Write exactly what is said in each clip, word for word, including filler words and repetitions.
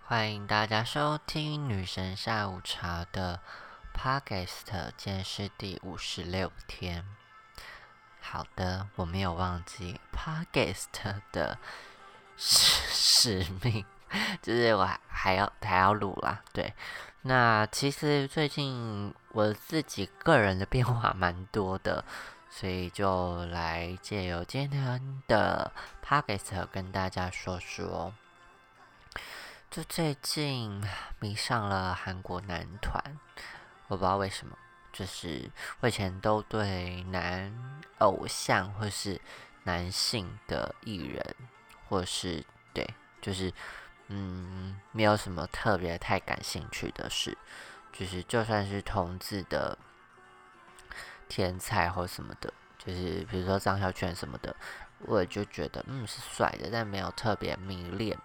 欢迎大家收听女神下午茶的 Podcast， 今天是第五十六天。好的，我没有忘记 Podcast 的使使命，就是我还还要还要录啦。对，那其实最近我自己个人的变化蛮多的，所以就来借由今天的 Podcast 跟大家说说。就最近迷上了韩国男团，我不知道为什么，就是我以前都对男偶像或是男性的艺人，或是对，就是嗯，没有什么特别太感兴趣的事，就是就算是同志的天才或什么的，就是比如说张孝全什么的，我就觉得嗯是帅的，但没有特别迷恋。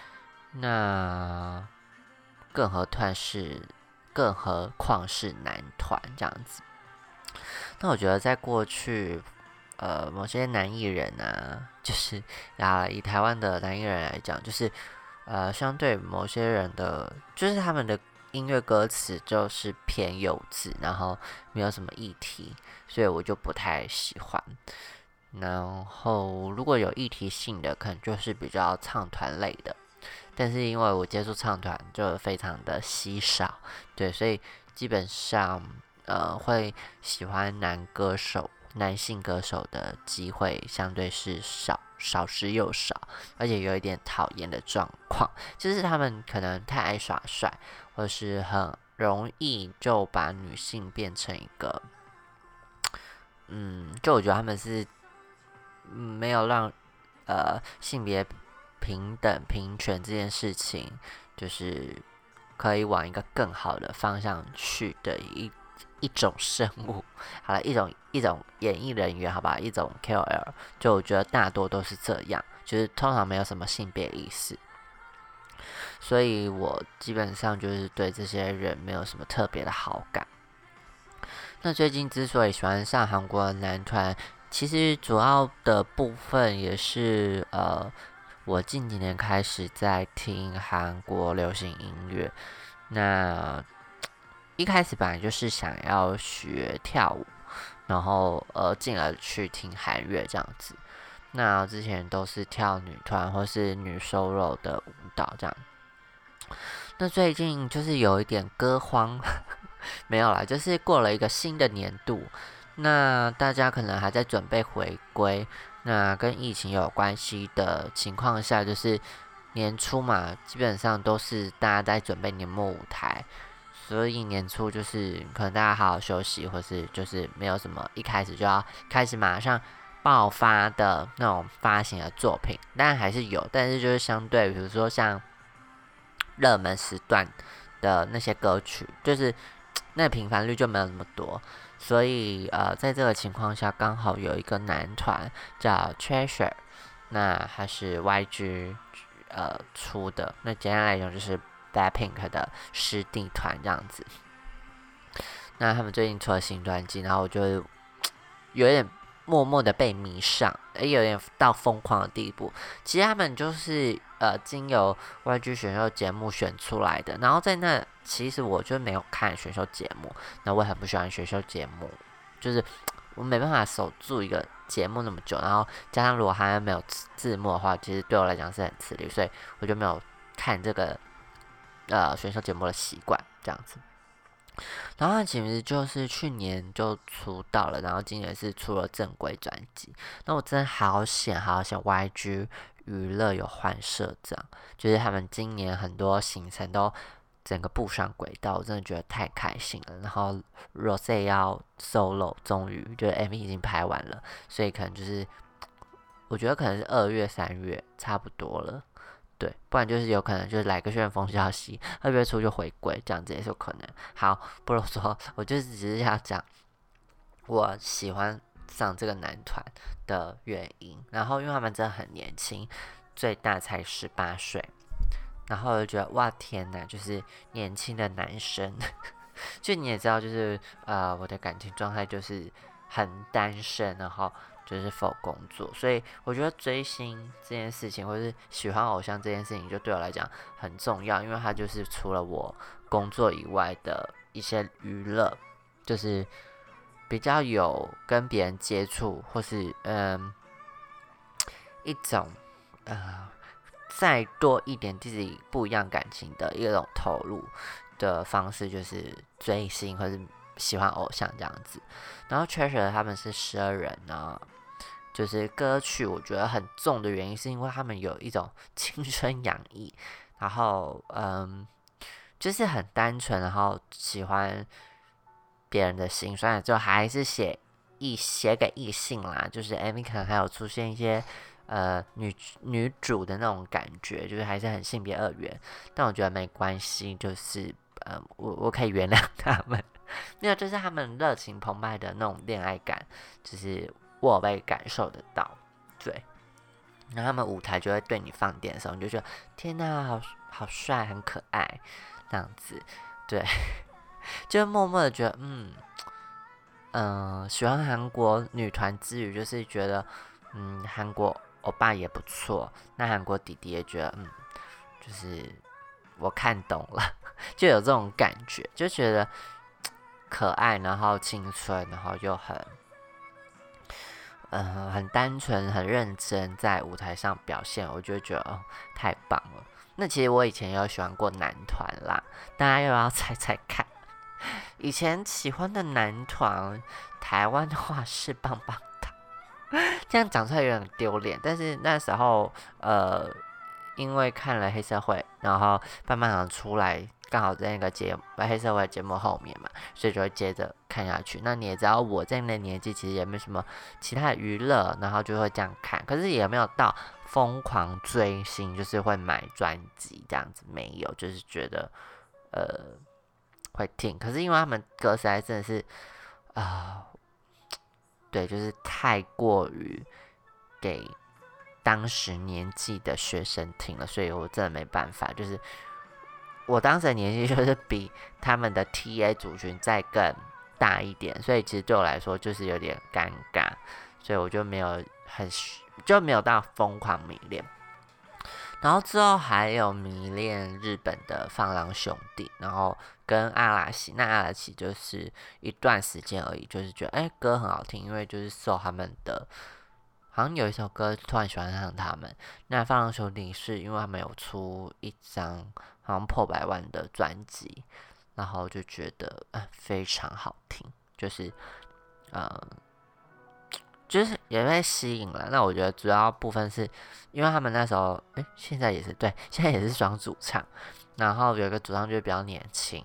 那更何况是，更何况是男团这样子。那我觉得在过去，呃，某些男艺人啊，就是啊，以台湾的男艺人来讲，就是呃，相对某些人的，就是他们的音乐歌词就是偏幼稚，然后没有什么议题，所以我就不太喜欢。然后如果有议题性的，可能就是比较唱团类的。但是因为我接触唱团就非常的稀少，对，所以基本上呃会喜欢男歌手、男性歌手的机会相对是少少之又少，而且有一点讨厌的状况，就是他们可能太爱耍帅，或是很容易就把女性变成一个，嗯，就我觉得他们是没有让呃性别平等平权这件事情，就是可以往一个更好的方向去的一一种生物。好了，一种一种演艺人员，好吧，一种 K O L，就我觉得大多都是这样，就是通常没有什么性别意识，所以我基本上就是对这些人没有什么特别的好感。那最近之所以喜欢上韩国的男团，其实主要的部分也是呃，我近几年开始在听韩国流行音乐。那一开始本来就是想要学跳舞，然后呃，进而去听韩乐这样子。那之前都是跳女团或是女 solo 的舞蹈这样。那最近就是有一点歌荒，没有啦，就是过了一个新的年度，那大家可能还在准备回归，那跟疫情有关系的情况下，就是年初嘛，基本上都是大家在准备年末舞台，所以年初就是可能大家好好休息，或是就是没有什么一开始就要开始马上爆发的那种发行的作品，当然还是有，但是就是相对，比如说像热门时段的那些歌曲，就是那频繁率就没有那么多，所以呃，在这个情况下，刚好有一个男团叫 Treasure，那它是 Y G 呃出的，那简单来讲就是 BLACKPINK 的师弟团这样子。那他们最近出了新专辑，然后我就有点默默的被迷上，也有点到疯狂的地步。其实他们就是呃经由 Y G 选秀节目选出来的，然后在那其实我就没有看选秀节目，那我很不喜欢选秀节目，就是我没办法守住一个节目那么久，然后加上如果还没有字幕的话，其实对我来讲是很吃力，所以我就没有看这个呃选秀节目的习惯这样子。然后他其实就是去年就出道了，然后今年是出了正规专辑。那我真的好险好险 Y G 娱乐有换社长，就是他们今年很多行程都整个步上轨道，我真的觉得太开心了。然后 Rose 要 solo，终于就是 M V 已经拍完了，所以可能就是我觉得可能是二月三月差不多了。对，不然就是有可能就是来个旋风消息，二月初就回归，这样子也是有可能。好，不如说，我就是只是要讲我喜欢上这个男团的原因。然后因为他们真的很年轻，最大才十八岁，然后我就觉得哇天哪，就是年轻的男生，就你也知道，就是呃我的感情状态就是很单身，然后就是否工作，所以我觉得追星这件事情，或是喜欢偶像这件事情，就对我来讲很重要，因为它就是除了我工作以外的一些娱乐，就是比较有跟别人接触，或是嗯一种呃再多一点自己不一样感情的一种投入的方式，就是追星或是喜欢偶像这样子。然后 Treasure 他们是十二人呢，就是歌曲我觉得很重的原因，是因为他们有一种青春洋溢，然后嗯，就是很单纯，然后喜欢别人的心，虽然就还是写异写给异性啦，就是 M V 可能还有出现一些呃女女主的那种感觉，就是还是很性别二元，但我觉得没关系，就是呃我我可以原谅他们。没有，就是他们热情澎湃的那种恋爱感，就是我有被感受得到，对。然后他们舞台就会对你放电的时候，你就觉得天哪，好好帅，很可爱，这样子，对，就默默的觉得，嗯嗯、呃，喜欢韩国女团之余，就是觉得，嗯，韩国欧巴也不错，那韩国弟弟也觉得，嗯，就是我看懂了，就有这种感觉，就觉得可爱，然后青春，然后又很，呃，很单纯、很认真，在舞台上表现，我就觉得哦，太棒了。那其实我以前也有喜欢过男团啦，大家又要猜猜看。以前喜欢的男团，台湾的话是棒棒糖，这样讲出来有点丢脸，但是那时候呃，因为看了黑社会，然后棒棒糖出来，刚好在那个节黑社会节目后面嘛，所以就会接着看下去。那你也知道，我在那个年纪其实也没什么其他的娱乐，然后就会这样看，可是也没有到疯狂追星，就是会买专辑这样子，没有，就是觉得呃会听。可是因为他们歌实在真的是啊、呃对，就是太过于给当时年纪的学生听了，所以我真的没办法，就是我当时的年纪就是比他们的 T A 族群再更大一点，所以其实对我来说就是有点尴尬，所以我就没有很就没有到疯狂迷恋。然后之后还有迷恋日本的放浪兄弟，然后跟阿拉西，那阿拉西就是一段时间而已，就是觉得哎、欸、歌很好听，因为就是受他们的，好像有一首歌突然喜欢上他们。那放浪兄弟是因为他们有出一张好像破百万的专辑，然后就觉得呃非常好听，就是呃就是也被吸引了。那我觉得主要部分是因为他们那时候，哎、欸，现在也是对，现在也是双主唱，然后有一个主唱就是比较年轻，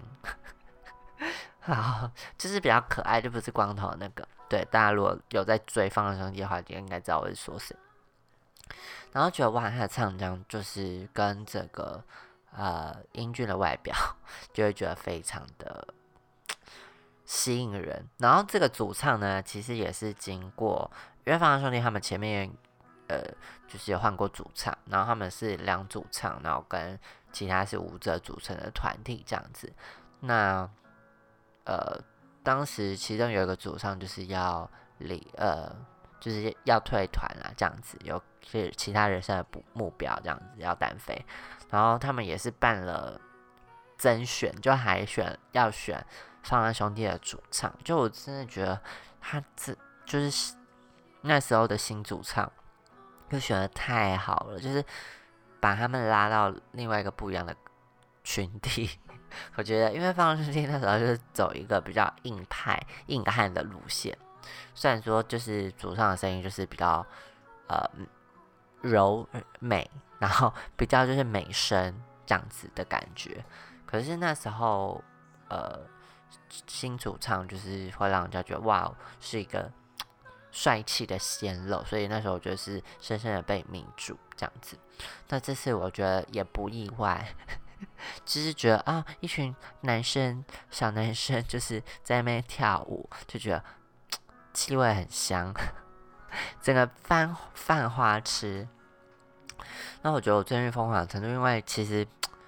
好，就是比较可爱，就不是光头的那个。对，大家如果有在追放浪兄弟的话，就应该知道我是说谁。然后觉得哇，他的唱腔就是跟这个呃英俊的外表，就会觉得非常的吸引人。然后这个主唱呢，其实也是经过，因为放浪兄弟他们前面呃就是有换过主唱，然后他们是两主唱，然后跟其他是舞者组成的团体这样子。那呃当时其中有一个主唱就是要离呃就是要退团啦，这样子有是其他人生的目标这样子要单飞，然后他们也是办了甄选，就海选要选放浪兄弟的主唱，就我真的觉得他这就是那时候的新主唱，就选的太好了，就是把他们拉到另外一个不一样的群体。我觉得，因为放浪兄弟那时候就是走一个比较硬派、硬汉的路线，虽然说就是主唱的声音就是比较呃柔美，然后比较就是美声这样子的感觉，可是那时候呃新主唱就是会让人家觉得哇，是一个帅气的鲜肉，所以那时候我觉得是深深的被迷住这样子。那这次我觉得也不意外。只是觉得啊，一群男生小男生就是在那边跳舞，就觉得气味很香，整个饭饭花痴。那我觉得我最近疯狂的程度，因为其实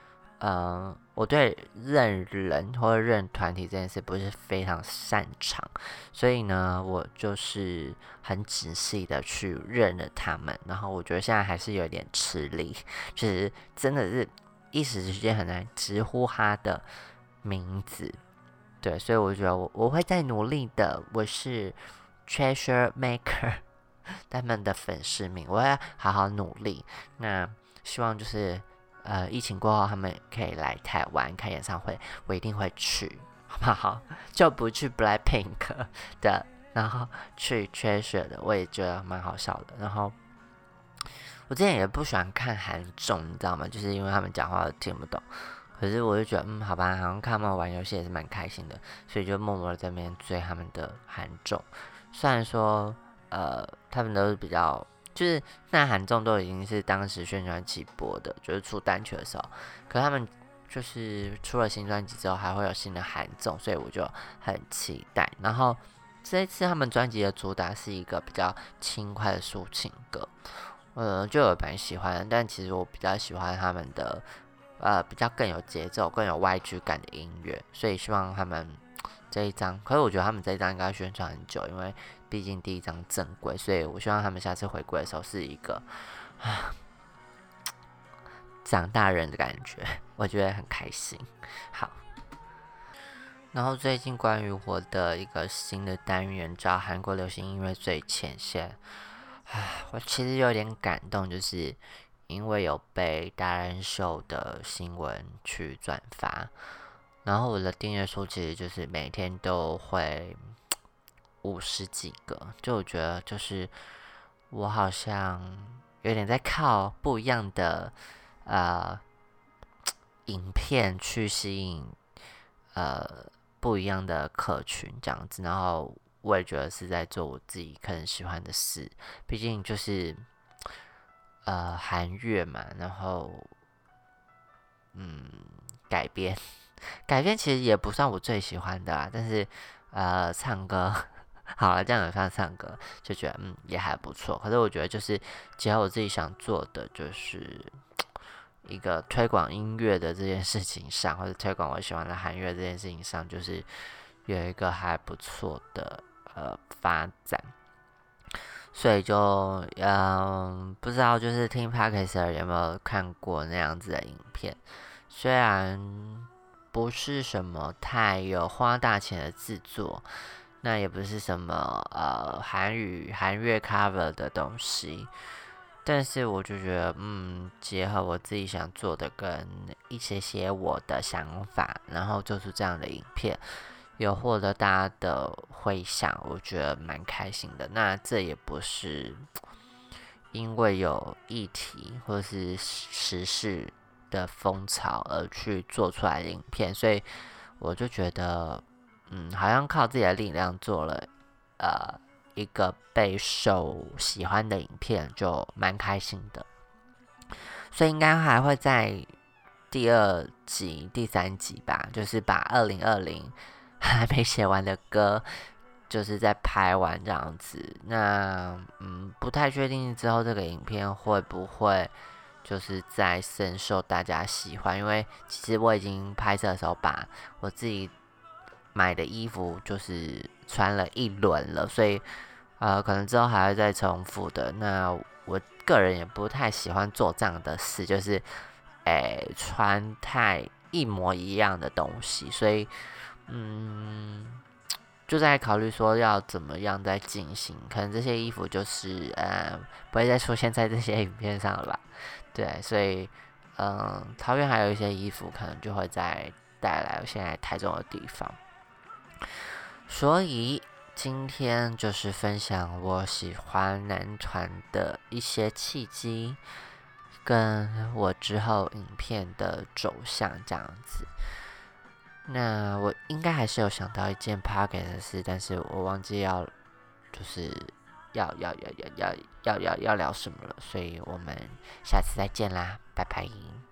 呃，我对认人或者认团体这件事不是非常擅长，所以呢，我就是很仔细的去认了他们，然后我觉得现在还是有点吃力，就是真的是一时之间很难直呼他的名字，对，所以我觉得我我会再努力的，我是 Treasure Maker 他们的粉丝名，我会好好努力，那希望就是。呃，疫情过后，他们可以来台湾开演唱会，我一定会去，好不好？就不去 Blackpink 的，然后去 Treasure 的，我也觉得蛮好笑的。然后我之前也不喜欢看韩综，你知道吗？就是因为他们讲话都听不懂。可是我就觉得，嗯，好吧，好像看他们玩游戏也是蛮开心的，所以就默默的在那边追他们的韩综。虽然说，呃，他们都是比较。就是那韩综都已经是当时宣传起播的，就是出单曲的时候，可是他们就是出了新专辑之后，还会有新的韩综，所以我就很期待。然后这一次他们专辑的主打是一个比较轻快的抒情歌，呃，就有蛮喜欢的，但其实我比较喜欢他们的呃比较更有节奏、更有 Y G 感的音乐，所以希望他们这一张，可是我觉得他们这一张应该宣传很久，因为毕竟第一张正规，所以我希望他们下次回归的时候是一个啊长大人的感觉，我觉得很开心。好，然后最近关于我的一个新的单元叫韩国流行音乐最前线，啊，我其实有点感动，就是因为有被达人秀的新闻去转发，然后我的订阅数其实就是每天都会。五十几个，就我觉得就是我好像有点在靠不一样的呃影片去吸引呃不一样的客群这样子，然后我也觉得是在做我自己可能喜欢的事，毕竟就是呃韩乐嘛，然后嗯改编改编其实也不算我最喜欢的啦，但是呃唱歌。好了，这样也算唱歌，就觉得嗯也还不错。可是我觉得就是结合我自己想做的，就是一个推广音乐的这件事情上，或者推广我喜欢的韩乐这件事情上，就是有一个还不错的呃发展。所以就嗯不知道就是听 Podcast 有没有看过那样子的影片，虽然不是什么太有花大钱的制作。那也不是什么呃韩语韩乐 cover 的东西，但是我就觉得，嗯，结合我自己想做的跟一些些我的想法，然后做出这样的影片，有获得大家的回响，我觉得蛮开心的。那这也不是因为有议题或是时事的风潮而去做出来的影片，所以我就觉得。嗯，好像靠自己的力量做了呃一个备受喜欢的影片，就蛮开心的。所以应该还会在第二集、第三集吧，就是把二零二零还没写完的歌，就是在拍完这样子。那嗯，不太确定之后这个影片会不会就是在深受大家喜欢，因为其实我已经拍摄的时候把我自己。买的衣服就是穿了一轮了，所以呃，可能之后还会再重复的。那我个人也不太喜欢做这样的事，就是诶、欸、穿太一模一样的东西，所以嗯，就在考虑说要怎么样再进行。可能这些衣服就是呃不会再出现在这些影片上了吧？对，所以嗯，桃园还有一些衣服可能就会再带来现在台中的地方。所以今天就是分享我喜欢男团的一些契机，跟我之后影片的走向这样子。那我应该还是有想到一件 podcast 的事，但是我忘记要就是要要要要要要要要聊什么了，所以我们下次再见啦，拜拜。